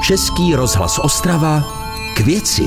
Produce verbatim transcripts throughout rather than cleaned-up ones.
Český rozhlas Ostrava k věci.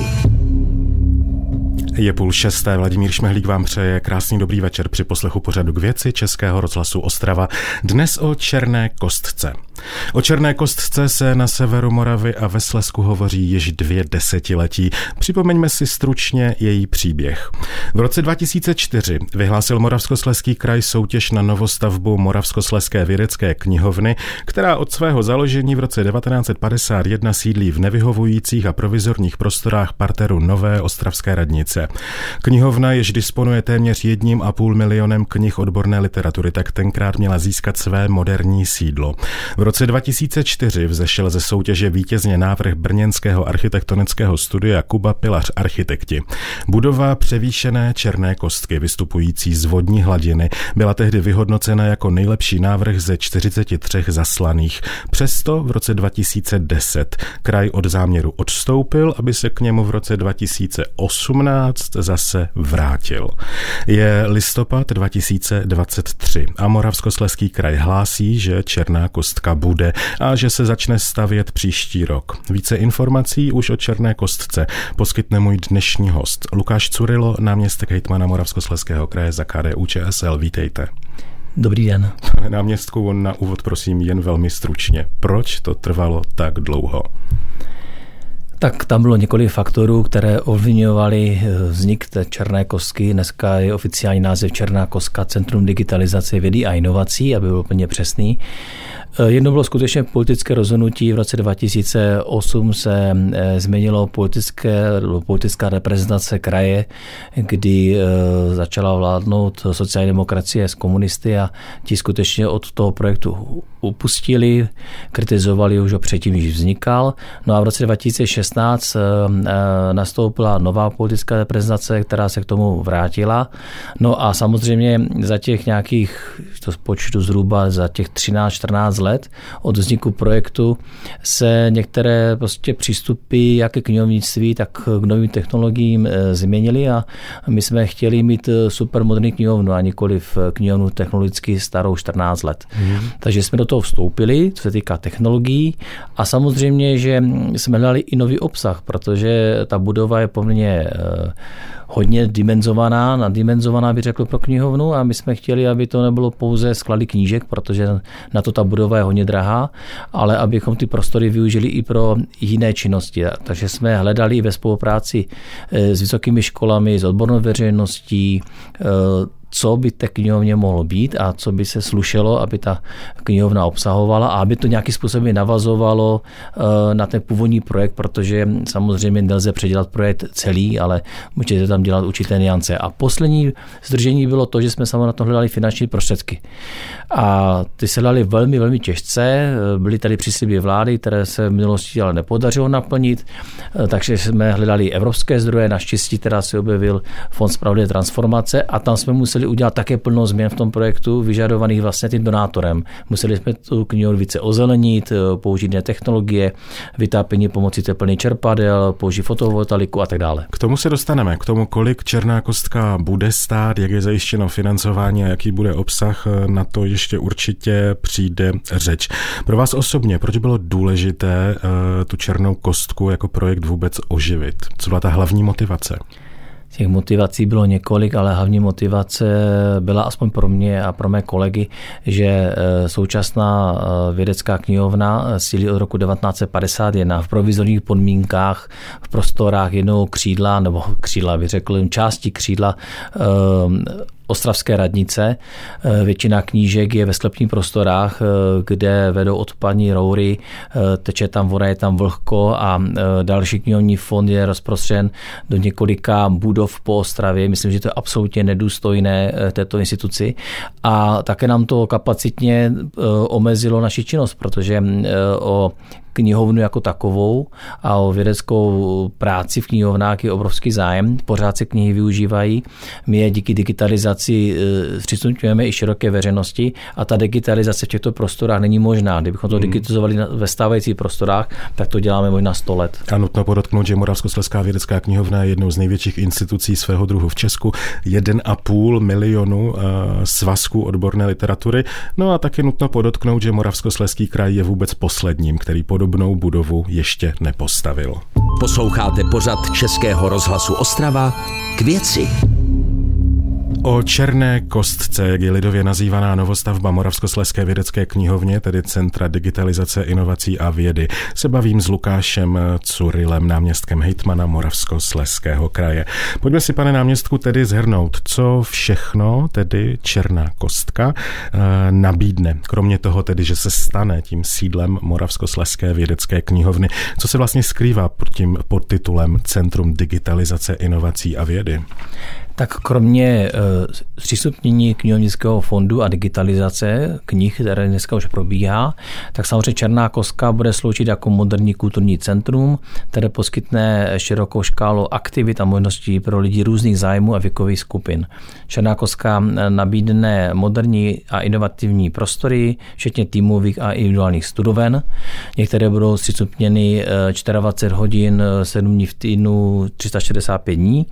Je půl šesté, Vladimír Šmehlík vám přeje krásný dobrý večer při poslechu pořadu K věci Českého rozhlasu Ostrava. Dnes o černé kostce. O černé kostce se na severu Moravy a ve Slezsku hovoří již dvě desetiletí. Připomeňme si stručně její příběh. V roce dva tisíce čtyři vyhlásil Moravskoslezský kraj soutěž na novostavbu Moravskoslezské vědecké knihovny, která od svého založení v roce devatenáct set padesát jedna sídlí v nevyhovujících a provizorních prostorách parteru Nové ostravské radnice. Knihovna, jež disponuje téměř jedním a půl milionem knih odborné literatury, tak tenkrát měla získat své moderní sídlo. V roce dva tisíce čtyři vzešel ze soutěže vítězně návrh brněnského architektonického studia Kuba Pilař architekti. Budova převýšené černé kostky, vystupující z vodní hladiny, byla tehdy vyhodnocena jako nejlepší návrh ze čtyřiceti třech zaslaných. Přesto v roce dva tisíce deset kraj od záměru odstoupil, aby se k němu v roce dva tisíce osmnáct zase vrátil. Je listopad dva tisíce dvacet tři a Moravskoslezský kraj hlásí, že černá kostka bude a že se začne stavět příští rok. Více informací už o černé kostce poskytne můj dnešní host Lukáš Curilo, náměstek hejtmana Moravskoslezského kraje za K D U Č S L. Vítejte. Dobrý den. Pane náměstku, na úvod prosím jen velmi stručně. Proč to trvalo tak dlouho? Tak tam bylo několik faktorů, které ovlivňovaly vznik té černé kostky. Dneska je oficiální název Černá kostka Centrum digitalizace vědy a inovací, aby byl úplně přesný. Jedno bylo skutečně politické rozhodnutí. V roce dva tisíce osm se změnilo politické, politická reprezentace kraje, kdy začala vládnout sociální demokracie s komunisty a ti skutečně od toho projektu upustili, kritizovali už ho předtím, když vznikal. No a v roce dva tisíce šestnáct nastoupila nová politická reprezentace, která se k tomu vrátila. No a samozřejmě za těch nějakých, to počtu zhruba za těch třináct čtrnáct let od vzniku projektu se některé prostě přístupy jak ke knihovnictví, tak k novým technologiím změnily a my jsme chtěli mít supermoderní knihovnu a nikoliv knihovnu technologicky starou čtrnáct let. Mm. Takže jsme do toho vstoupili, co se týká technologií a samozřejmě, že jsme hledali i nový obsah, protože ta budova je poměrně hodně dimenzovaná, naddimenzovaná, bych řekl, pro knihovnu a my jsme chtěli, aby to nebylo pouze sklady knížek, protože na to ta budova je hodně drahá, ale abychom ty prostory využili i pro jiné činnosti. Takže jsme hledali ve spolupráci s vysokými školami, s odbornou veřejností, co by té knihovně mohlo být a co by se slušelo, aby ta knihovna obsahovala a aby to nějakým způsobem navazovalo na ten původní projekt, protože samozřejmě nelze předělat projekt celý, ale můžete tam dělat určité nuance. A poslední zdržení bylo to, že jsme samozřejmě na to hledali finanční prostředky. A ty se hledali velmi, velmi těžce. Byly tady přísliby vlády, které se v minulosti ale nepodařilo naplnit, takže jsme hledali evropské zdroje, naštěstí teda se objevil Fond spravedlivé transformace a tam jsme museli udělat také plno změn v tom projektu, vyžadovaných vlastně tím donátorem. Museli jsme tu knihovnu více ozelenit, použít jiné technologie, vytápění pomocí teplných čerpadel, použít fotovoltaiku a tak dále. K tomu se dostaneme, k tomu, kolik černá kostka bude stát, jak je zajištěno financování a jaký bude obsah, na to ještě určitě přijde řeč. Pro vás osobně, proč bylo důležité tu černou kostku jako projekt vůbec oživit? Co byla ta hlavní motivace? Těch motivací bylo několik, ale hlavní motivace byla aspoň pro mě a pro mé kolegy, že současná vědecká knihovna sídlí od roku devatenáct set padesát jedna v provizorních podmínkách, v prostorách jednoho křídla, nebo křídla, bych řekl, části křídla ostravské radnice. Většina knížek je ve sklepních prostorách, kde vedou odpadní roury, teče tam voda, je tam vlhko a další knihovní fond je rozprostřen do několika budov po Ostravě. Myslím, že to je absolutně nedůstojné této instituci a také nám to kapacitně omezilo naši činnost, protože o knihovnu jako takovou a o vědeckou práci v knihovnách je obrovský zájem. Pořád se knihy využívají. My je díky digitalizaci zpřístupňujeme i široké veřejnosti a ta digitalizace v těchto prostorách není možná. Kdybychom to hmm. digitalizovali ve stávajících prostorách, tak to děláme možná sto let. A nutno podotknout, že Moravskoslezská vědecká knihovna je jednou z největších institucí svého druhu v Česku. Jeden a půl milionu svazků odborné literatury. No a taky nutno podotknout, že Moravskoslezský kraj je vůbec posledním, který pod podobnou budovu ještě nepostavil. Posloucháte pořad Českého rozhlasu Ostrava K věci. O Černé kostce, jak je lidově nazývaná novostavba Moravskoslezské vědecké knihovně, tedy Centra digitalizace, inovací a vědy, se bavím s Lukášem Curilem, náměstkem hejtmana Moravskoslezského kraje. Pojďme si, pane náměstku, tedy shrnout, co všechno tedy Černá kostka eh, nabídne. Kromě toho tedy, že se stane tím sídlem Moravskoslezské vědecké knihovny. Co se vlastně skrývá pod tím podtitulem Centrum digitalizace, inovací a vědy? Tak kromě zpřístupnění knihovnického fondu a digitalizace knih, které dneska už probíhá, tak samozřejmě Černá kostka bude sloužit jako moderní kulturní centrum, které poskytne širokou škálu aktivit a možností pro lidi různých zájmů a věkových skupin. Černá kostka nabídne moderní a inovativní prostory, včetně týmových a individuálních studoven. Některé budou zpřístupněny dvacet čtyři hodin, sedm dní v týdnu, tři sta šedesát pět dní.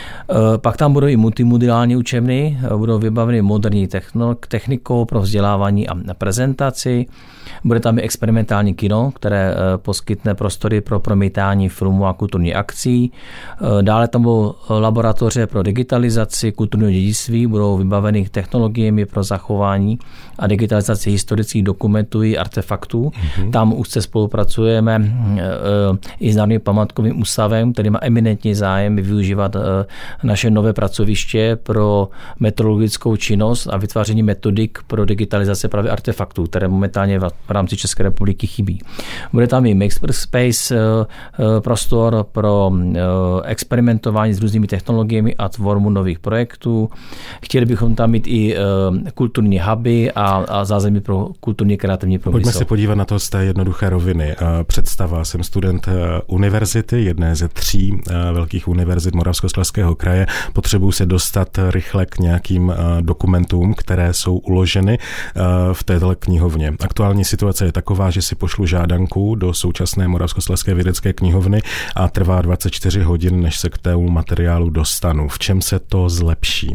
Pak tam budou i multimediální učebny, budou vybaveny moderní technikou pro vzdělávání a prezentaci. Bude tam i experimentální kino, které poskytne prostory pro promítání filmů a kulturních akcí. Dále tam budou laboratoře pro digitalizaci kulturního dědictví, budou vybaveny technologiemi pro zachování a digitalizaci historických dokumentů i artefaktů. Mm-hmm. Tam úzce spolupracujeme i s Národním památkovým ústavem, který má eminentní zájem využívat naše nové pracoviště pro metrologickou činnost a vytváření metodik pro digitalizaci právě artefaktů, které momentálně v rámci České republiky chybí. Bude tam i Makerspace prostor pro experimentování s různými technologiemi a tvorbu nových projektů. Chtěli bychom tam mít i kulturní huby a, a zázemí pro kulturní kreativní průmysl. Pojďme se podívat na to z té jednoduché roviny. Představa, jsem student univerzity, jedné ze tří velkých univerzit Moravskoslezského kraje. Potřebuji se dostat rychle k nějakým dokumentům, které jsou uloženy v této knihovně. Aktuální situace je taková, že si pošlu žádanku do současné Moravskoslezské vědecké knihovny a trvá dvacet čtyři hodin, než se k tému materiálu dostanu. V čem se to zlepší?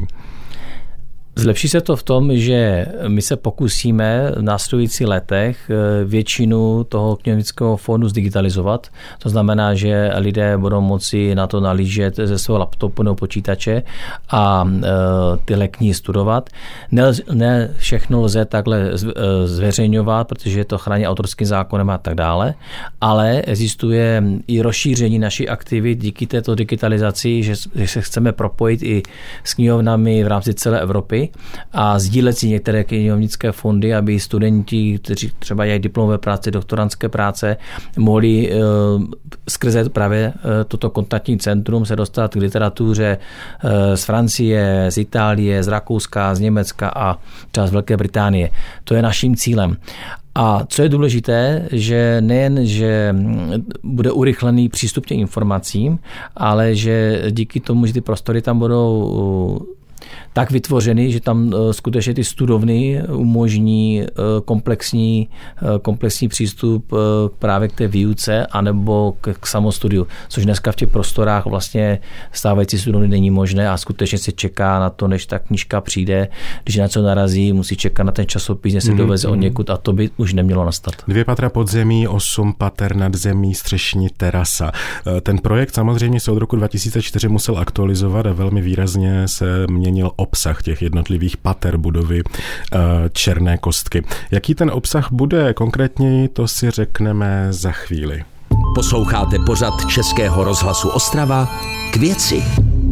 Zlepší se to v tom, že my se pokusíme v následujících letech většinu toho knihovnického fondu zdigitalizovat. To znamená, že lidé budou moci na to nalížet ze svého laptopu nebo počítače a tyhle knihy studovat. Ne, ne všechno lze takhle zveřejňovat, protože je to chráněno autorským zákonem a tak dále, ale existuje i rozšíření našich aktivit díky této digitalizaci, že, že se chceme propojit i s knihovnami v rámci celé Evropy a sdílet si některé knihovnické fondy, aby studenti, kteří třeba dělají diplomové práce, doktorantské práce, mohli uh, skrze právě uh, toto kontaktní centrum se dostat k literatuře uh, z Francie, z Itálie, z Rakouska, z Německa a třeba z Velké Británie. To je naším cílem. A co je důležité, že nejen, že bude urychlený přístup k těm informacím, ale že díky tomu, že ty prostory tam budou tak vytvořeny, že tam skutečně ty studovny umožní komplexní, komplexní přístup právě k té výuce anebo k, k samostudiu, což dneska v těch prostorách vlastně stávající studovny není možné a skutečně se čeká na to, než ta knížka přijde. Když na co narazí, musí čekat na ten časopis, než se mm-hmm. doveze od někud a to by už nemělo nastat. Dvě patra podzemí, osm pater nadzemí, střešní terasa. Ten projekt samozřejmě se od roku dva tisíce čtyři musel aktualizovat a velmi výrazně se měnil obsah těch jednotlivých pater budovy Černé kostky. Jaký ten obsah bude konkrétně, to si řekneme za chvíli. Posloucháte pořad Českého rozhlasu Ostrava K věci.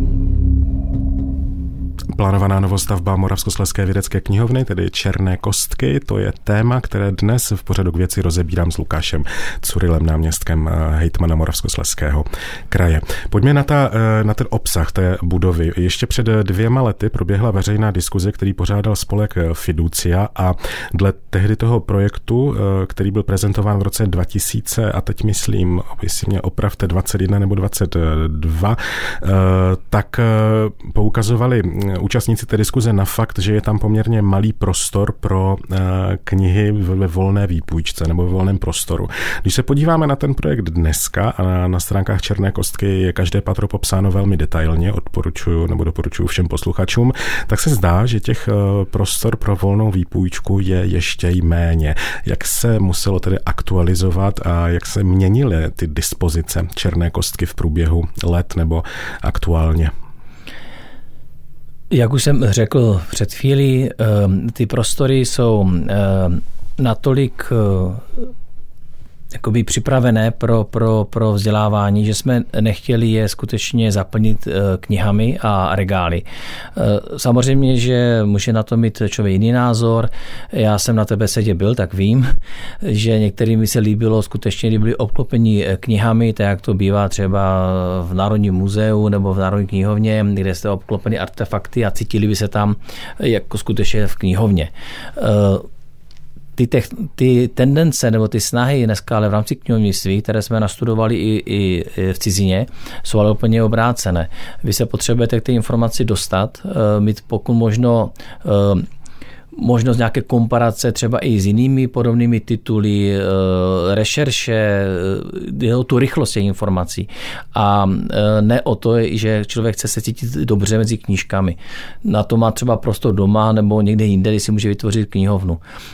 Plánovaná novostavba Moravskoslezské vědecké knihovny, tedy Černé kostky, to je téma, které dnes v pořadu K věci rozebírám s Lukášem Curilem, náměstkem hejtmana Moravskoslezského kraje. Pojďme na, ta, na ten obsah té budovy. Ještě před dvěma lety proběhla veřejná diskuze, který pořádal spolek Fiducia a dle tehdy toho projektu, který byl prezentován v roce dva tisíce a teď myslím, jestli mě opravte, dvacet jedna nebo dvacet dva, tak poukazovali účastníci té diskuze na fakt, že je tam poměrně malý prostor pro knihy ve volné výpůjčce nebo ve volném prostoru. Když se podíváme na ten projekt dneska a na, na stránkách Černé kostky je každé patro popsáno velmi detailně, odporučuju nebo doporučuju všem posluchačům, tak se zdá, že těch prostor pro volnou výpůjčku je ještě méně. Jak se muselo tedy aktualizovat a jak se měnily ty dispozice Černé kostky v průběhu let nebo aktuálně? Jak už jsem řekl před chvílí, ty prostory jsou natolik jakoby připravené pro, pro, pro vzdělávání, že jsme nechtěli je skutečně zaplnit knihami a regály. Samozřejmě, že může na to mít člověk jiný názor. Já jsem na té besedě byl, tak vím, že některým mi se líbilo skutečně, kdy byli obklopeni knihami, tak jak to bývá třeba v Národním muzeu nebo v Národní knihovně, kde jste obklopeni artefakty a cítili by se tam jako skutečně v knihovně. Ty, te, ty tendence nebo ty snahy dneska ale v rámci knihovnictví, které jsme nastudovali i, i v cizině, jsou ale úplně obrácené. Vy se potřebujete k té informaci dostat, mít pokud možno možnost nějaké komparace třeba i s jinými podobnými tituly, rešerše, tu rychlost těch informací. A ne o to, že člověk chce se cítit dobře mezi knížkami. Na to má třeba prostor doma nebo někde jinde, kdy si může vytvořit knihovnu.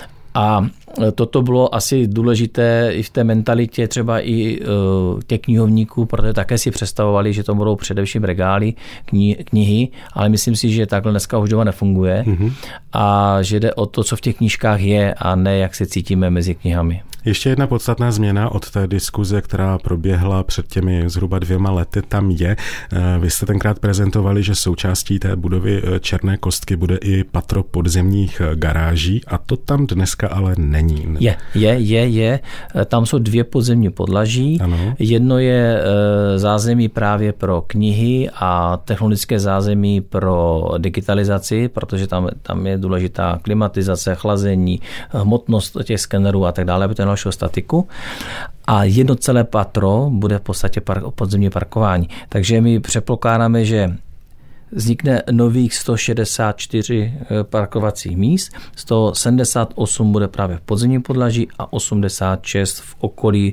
A toto bylo asi důležité i v té mentalitě třeba i těch knihovníků, protože také si představovali, že to budou především regály, kni- knihy, ale myslím si, že takhle dneska už doma nefunguje mm-hmm. a že jde o to, co v těch knížkách je a ne jak se cítíme mezi knihami. Ještě jedna podstatná změna od té diskuze, která proběhla před těmi zhruba dvěma lety, tam je. Vy jste tenkrát prezentovali, že součástí té budovy Černé kostky bude i patro podzemních garáží a to tam dneska ale není. Je, je, je, je. Tam jsou dvě podzemní podlaží. Ano. Jedno je zázemí právě pro knihy a technologické zázemí pro digitalizaci, protože tam, tam je důležitá klimatizace, chlazení, hmotnost těch skenerů a tak dále, protože našeho statiku. A jedno celé patro bude v podstatě park, podzemní parkování. Takže my předpokládáme, že vznikne nových sto šedesát čtyři parkovacích míst, sto sedmdesát osm bude právě v podzemním podlaží a osmdesát šest v okolí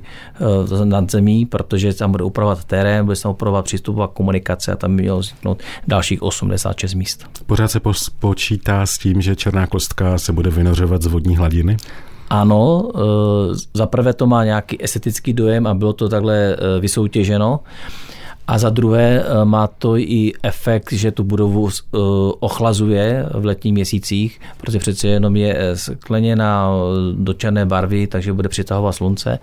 nad zemí, protože tam bude upravovat terén, bude se tam upravovat přístupová komunikace a tam by mělo vzniknout dalších osmdesát šest míst. Pořád se počítá s tím, že Černá kostka se bude vynořovat z vodní hladiny? Ano, zaprvé to má nějaký estetický dojem a bylo to takhle vysoutěženo. A za druhé má to i efekt, že tu budovu ochlazuje v letních měsících, protože přece jenom je skleněná do černé barvy, takže bude přitahovat slunce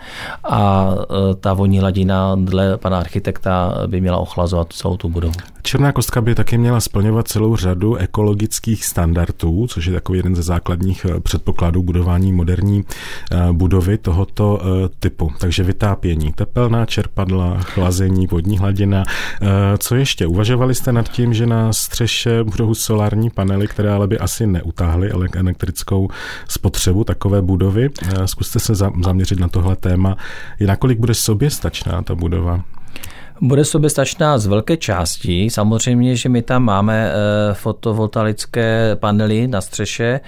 a ta vodní hladina dle pana architekta by měla ochlazovat celou tu budovu. Černá kostka by taky měla splňovat celou řadu ekologických standardů, což je takový jeden ze základních předpokladů budování moderní budovy tohoto typu. Takže vytápění, tepelná čerpadla, chlazení, vodní hladina. Co ještě? Uvažovali jste nad tím, že na střeše budou solární panely, které ale by asi neutáhly elektrickou spotřebu takové budovy? Zkuste se zaměřit na tohle téma. Nakolik bude soběstačná ta budova? Bude soběstačná z velké části. Samozřejmě, že my tam máme fotovoltaické panely na střeše.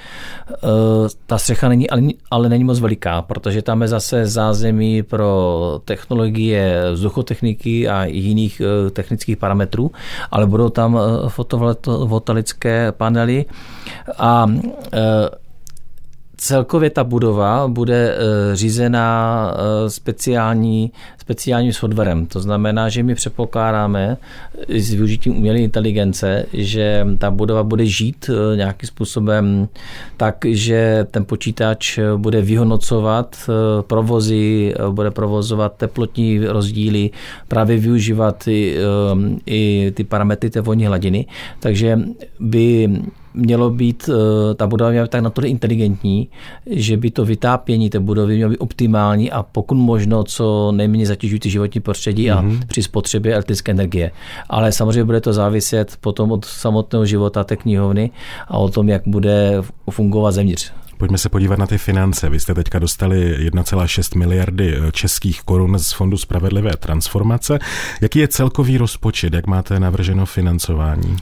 Ta střecha není, ale není moc veliká, protože tam je zase zázemí pro technologie vzduchotechniky a jiných technických parametrů, ale budou tam fotovoltaické panely a celkově ta budova bude řízená speciální, speciálním softwarem. To znamená, že my předpokládáme s využitím umělé inteligence, že ta budova bude žít nějakým způsobem tak, že ten počítač bude vyhodnocovat provozy, bude provozovat teplotní rozdíly, právě využívat i, i ty parametry té vodní hladiny. Takže by mělo být, ta budova měla být tak natolik inteligentní, že by to vytápění té budovy mělo být optimální a pokud možno co nejméně zatěžující životní prostředí a mm-hmm. při spotřebě elektrické energie. Ale samozřejmě bude to záviset potom od samotného života té knihovny a o tom, jak bude fungovat zevnitř. Pojďme se podívat na ty finance. Vy jste teďka dostali jedna celá šest miliardy českých korun z Fondu spravedlivé transformace. Jaký je celkový rozpočet? Jak máte navrženo financování?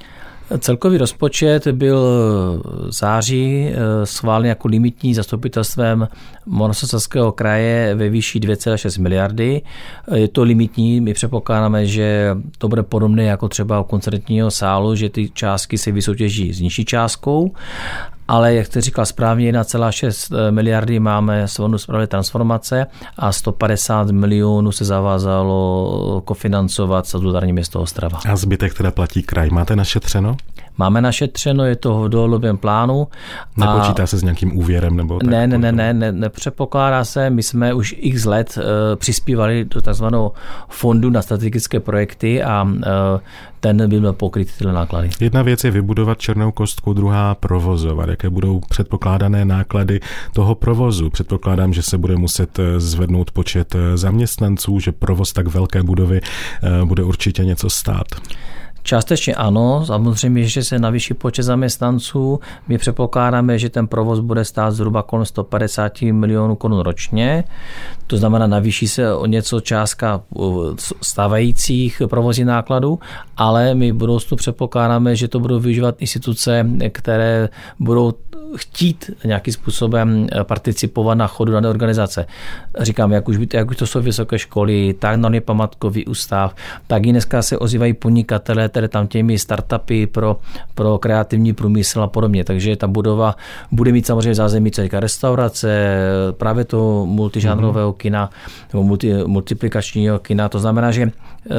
Celkový rozpočet byl v září schválen jako limitní zastupitelstvem Moravskoslezského kraje ve výši dvě celé šest miliardy. Je to limitní, my předpokládáme, že to bude podobné jako třeba u koncertního sálu, že ty částky se vysoutěží s nižší částkou, ale jak jste říkal správně, jedna celá šest miliardy máme z Fondu spravedlivé transformace a sto padesát milionů se zavázalo kofinancovat statutární město Ostrava. A zbytek teda platí kraj. Máte našetřeno? Máme našetřeno, je to v dlouhodobém plánu. Nepočítá a se s nějakým úvěrem? Nebo tak? Ne, ne, ne, ne, ne, nepředpokládá se. My jsme už x let uh, přispívali do takzvaného fondu na strategické projekty a uh, ten by měl pokryt tyhle náklady. Jedna věc je vybudovat Černou Kostku, druhá provozovat. Jaké budou předpokládané náklady toho provozu? Předpokládám, že se bude muset zvednout počet zaměstnanců, že provoz tak velké budovy uh, bude určitě něco stát. Částečně ano, samozřejmě, že se navýší počet zaměstnanců. My předpokládáme, že ten provoz bude stát zhruba kolem sto padesát milionů korun ročně. To znamená, navýší se o něco částka stávajících provozních nákladů, ale my v budoucnu předpokládáme, že to budou využívat instituce, které budou chtít nějakým způsobem participovat na chodu dané organizace. Říkám, jak už, jak už to jsou vysoké školy, tak Národní památkový ústav, tak i dneska se ozývají podnikatelé, tedy tam těmi startupy pro, pro kreativní průmysl a podobně. Takže ta budova bude mít samozřejmě zázemí, co říká restaurace, právě to multižánrového kina nebo multi, multiplikačního kina. To znamená, že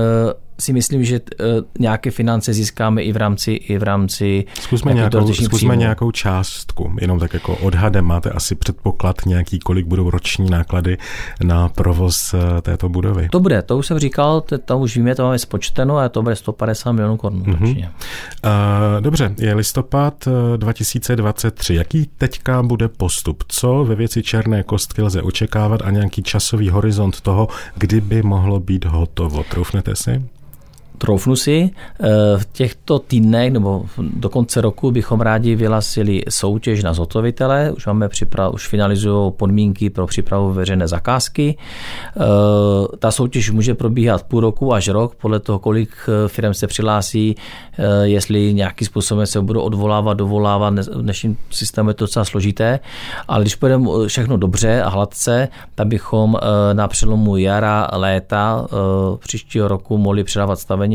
si myslím, že nějaké finance získáme i v rámci i v rámci Zkusme, nějakou, zkusme nějakou částku, jenom tak jako odhadem. Máte asi předpoklad nějaký, kolik budou roční náklady na provoz této budovy? To bude, to už jsem říkal, to, to už víme, to máme spočteno a to bude sto padesát milionů korun. Mm-hmm. Uh, dobře, je listopad dva tisíce dvacet tři. Jaký teďka bude postup? Co ve věci Černé Kostky lze očekávat a nějaký časový horizont toho, kdy by mohlo být hotovo? Troufnete si? Troufnu si. V těchto týdnech nebo do konce roku bychom rádi vyhlásili soutěž na zhotovitele. Už máme připrav, už finalizují podmínky pro přípravu veřejné zakázky. Ta soutěž může probíhat půl roku až rok, podle toho, kolik firm se přihlásí, jestli nějakým způsobem se budou odvolávat, dovolávat. V dnešním systému je to docela složité, ale když půjdeme všechno dobře a hladce, tak bychom na přelomu jara, léta příštího roku mohli předávat stavení,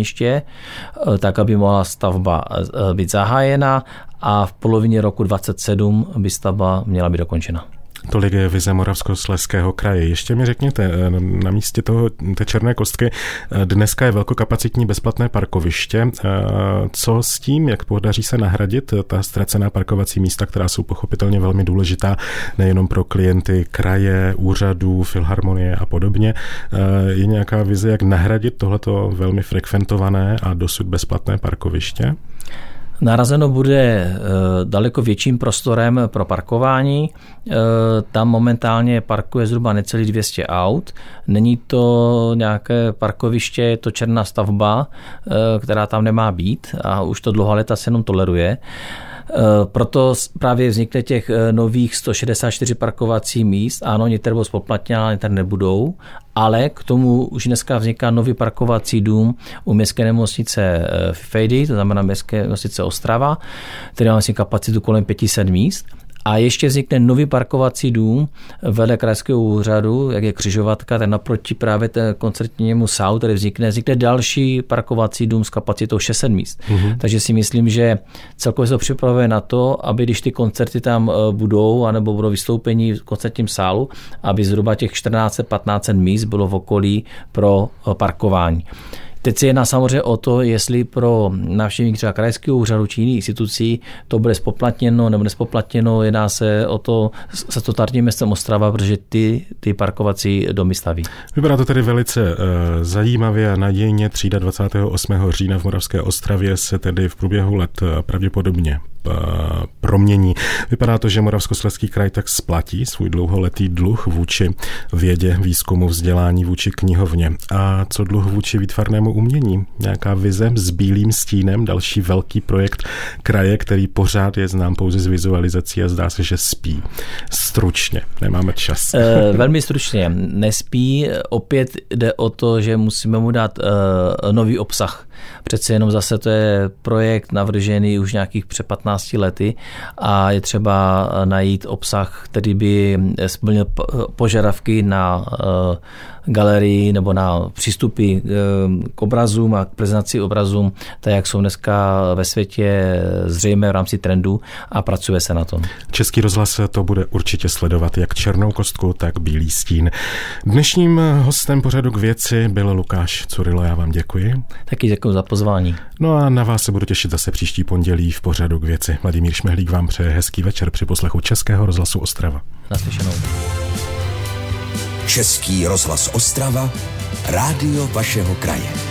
tak aby mohla stavba být zahájena a v polovině roku dvacet sedm by stavba měla být dokončena. Tolik je vize Moravskoslezského kraje. Ještě mi řekněte, na místě toho, té Černé Kostky dneska je velkokapacitní bezplatné parkoviště. Co s tím, jak podaří se nahradit ta ztracená parkovací místa, která jsou pochopitelně velmi důležitá nejenom pro klienty kraje, úřadů, filharmonie a podobně. Je nějaká vize, jak nahradit tohleto velmi frekventované a dosud bezplatné parkoviště? Narazeno bude daleko větším prostorem pro parkování. Tam momentálně parkuje zhruba necelých dvě stě aut. Není to nějaké parkoviště, je to černá stavba, která tam nemá být a už to dlouhá léta se jenom toleruje. Proto právě vznikne těch nových sto šedesát čtyři parkovací míst. Ano, některé budou spoplatněné, některé nebudou, ale k tomu už dneska vzniká nový parkovací dům u městské nemocnice Fejdy, to znamená městské nemocnice Ostrava, který má vlastně kapacitu kolem pět set míst. A ještě vznikne nový parkovací dům vedle krajského úřadu, jak je křižovatka, tak naproti právě té koncertnímu sálu, který vznikne, vznikne další parkovací dům s kapacitou šest set míst. Mm-hmm. Takže si myslím, že celkově se připravuje na to, aby když ty koncerty tam budou, anebo budou vystoupení v koncertním sálu, aby zhruba těch čtrnáct set patnáct set míst bylo v okolí pro parkování. Teď se jedná samozřejmě o to, jestli pro návštěvníky třeba krajského úřadu či jiných institucí to bude spoplatněno nebo nespoplatněno. Jedná se o to se statutárním městem Ostrava, protože ty, ty parkovací domy staví. Vypadá to tedy velice uh, zajímavě a nadějně. dvacátého třídního osmého října v Moravské Ostravě se tedy v průběhu let uh, pravděpodobně promění. Vypadá to, že Moravskoslezský kraj tak splatí svůj dlouholetý dluh vůči vědě, výzkumu, vzdělání, vůči knihovně. A co dluh vůči výtvarnému umění? Nějaká vize s bílým stínem, další velký projekt kraje, který pořád je znám pouze z vizualizací a zdá se, že spí. Stručně, nemáme čas. E, velmi stručně, nespí. Opět jde o to, že musíme mu dát e, nový obsah. Přece jenom zase to je projekt navržený už nějakých před patnácti lety a je třeba najít obsah, který by splnil požadavky na galerii nebo na přístupy k obrazům a k prezentaci obrazům, tak jak jsou dneska ve světě zřejmé v rámci trendu a pracuje se na tom. Český rozhlas to bude určitě sledovat jak Černou kostku, tak Bílý stín. Dnešním hostem pořadu K věci byl Lukáš Curylo, já vám děkuji. Taky děkuji za pozvání. No a na vás se budu těšit zase příští pondělí v pořadu K věci. Vladimír Šmehlík vám přeje hezký večer při poslechu Českého rozhlasu Ostrava. Naslyšenou. Český rozhlas Ostrava, rádio vašeho kraje.